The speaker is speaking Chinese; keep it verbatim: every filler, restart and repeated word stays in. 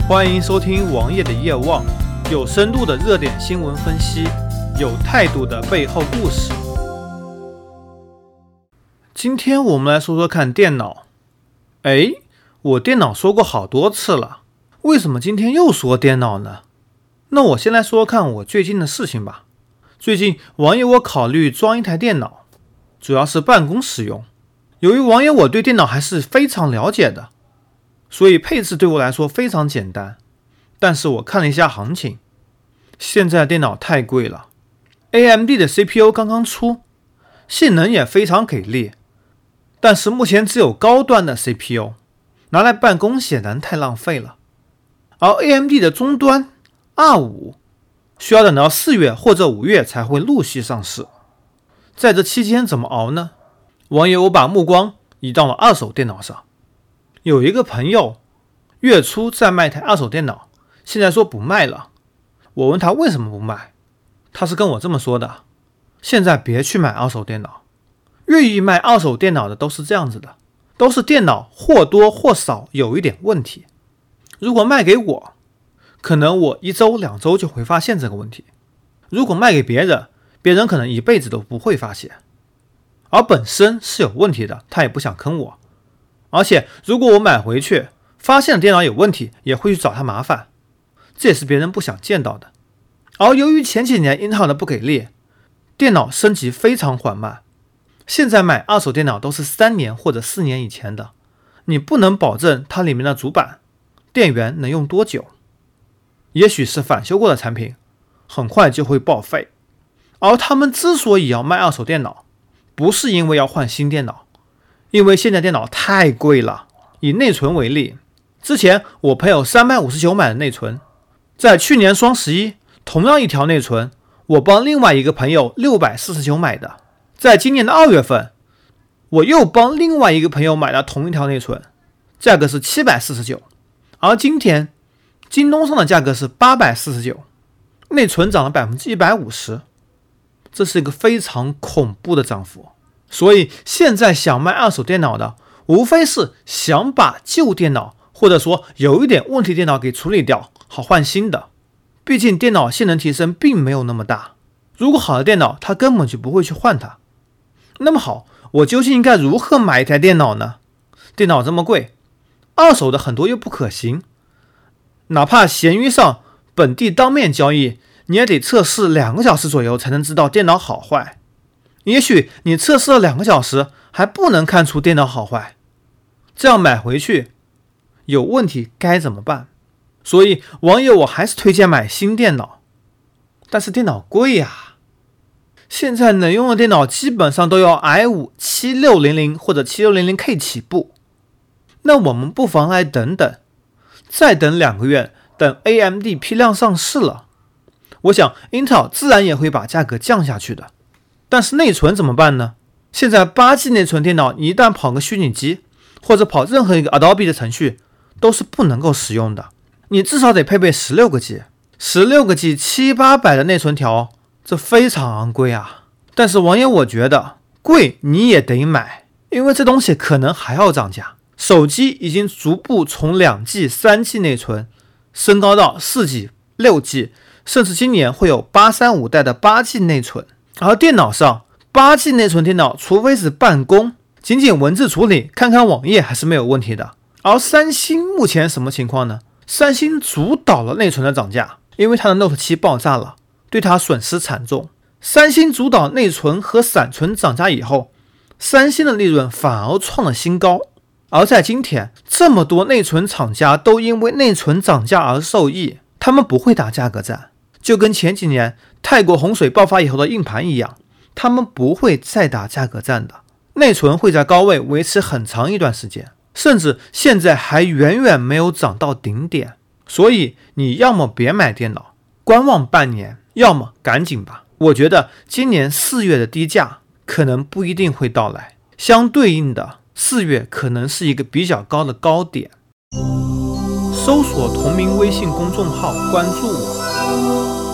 欢迎收听王爷的夜望，有深度的热点新闻分析，有态度的背后故事。今天我们来说说看电脑。诶，我电脑说过好多次了，为什么今天又说电脑呢？那我先来说说看我最近的事情吧。最近王爷我考虑装一台电脑，主要是办公使用。由于王爷我对电脑还是非常了解的，所以配置对我来说非常简单。但是我看了一下行情，现在电脑太贵了。 A M D 的 C P U 刚刚出，性能也非常给力，但是目前只有高端的 C P U， 拿来办公显然太浪费了。而 A M D 的终端 R 五 需要等到四月或者五月才会陆续上市，在这期间怎么熬呢？网友我把目光移到了二手电脑上，有一个朋友月初在卖台二手电脑，现在说不卖了。我问他为什么不卖，他是跟我这么说的：现在别去买二手电脑，愿意卖二手电脑的都是这样子的，都是电脑或多或少有一点问题。如果卖给我，可能我一周两周就会发现这个问题，如果卖给别人，别人可能一辈子都不会发现。而本身是有问题的，他也不想坑我，而且如果我买回去发现电脑有问题，也会去找他麻烦，这也是别人不想见到的。而由于前几年英特尔的不给力，电脑升级非常缓慢，现在买二手电脑都是三年或者四年以前的，你不能保证它里面的主板电源能用多久，也许是返修过的产品，很快就会报废。而他们之所以要卖二手电脑，不是因为要换新电脑，因为现在电脑太贵了。以内存为例，之前我朋友三百五十九买的内存，在去年双十一同样一条内存，我帮另外一个朋友六百四十九买的，在今年的二月份我又帮另外一个朋友买了同一条内存，价格是七百四十九，而今天京东上的价格是八百四十九，内存涨了 百分之一百五十， 这是一个非常恐怖的涨幅。所以现在想卖二手电脑的，无非是想把旧电脑或者说有一点问题电脑给处理掉，好换新的。毕竟电脑性能提升并没有那么大，如果好的电脑他根本就不会去换它。那么好，我究竟应该如何买一台电脑呢？电脑这么贵，二手的很多又不可行，哪怕闲鱼上本地当面交易，你也得测试两个小时左右才能知道电脑好坏。也许你测试了两个小时还不能看出电脑好坏，这样买回去有问题该怎么办？所以网友我还是推荐买新电脑，但是电脑贵呀、啊，现在能用的电脑基本上都要 i 五 七六零零 或者 七六零零 K 起步。那我们不妨来等等，再等两个月，等 A M D 批量上市了，我想英特尔自然也会把价格降下去的。但是内存怎么办呢？现在 八 G 内存电脑一旦跑个虚拟机或者跑任何一个 Adobe 的程序都是不能够使用的，你至少得配备十六个 G， 十六个 G 七八百的内存条，这非常昂贵啊。但是网友我觉得贵你也得买，因为这东西可能还要涨价。手机已经逐步从两 G 三 G 内存升高到四 G 六 G， 甚至今年会有八三五代的 八 G 内存。而电脑上 八 G 内存电脑除非是办公，仅仅文字处理看看网页还是没有问题的。而三星目前什么情况呢？三星主导了内存的涨价，因为它的 Note 七爆炸了，对它损失惨重。三星主导内存和闪存涨价以后，三星的利润反而创了新高。而在今天，这么多内存厂家都因为内存涨价而受益，他们不会打价格战，就跟前几年泰国洪水爆发以后的硬盘一样，他们不会再打价格战的。内存会在高位维持很长一段时间，甚至现在还远远没有涨到顶点。所以你要么别买电脑，观望半年，要么赶紧吧。我觉得今年四月的低价可能不一定会到来，相对应的四月可能是一个比较高的高点。搜索同名微信公众号，关注我。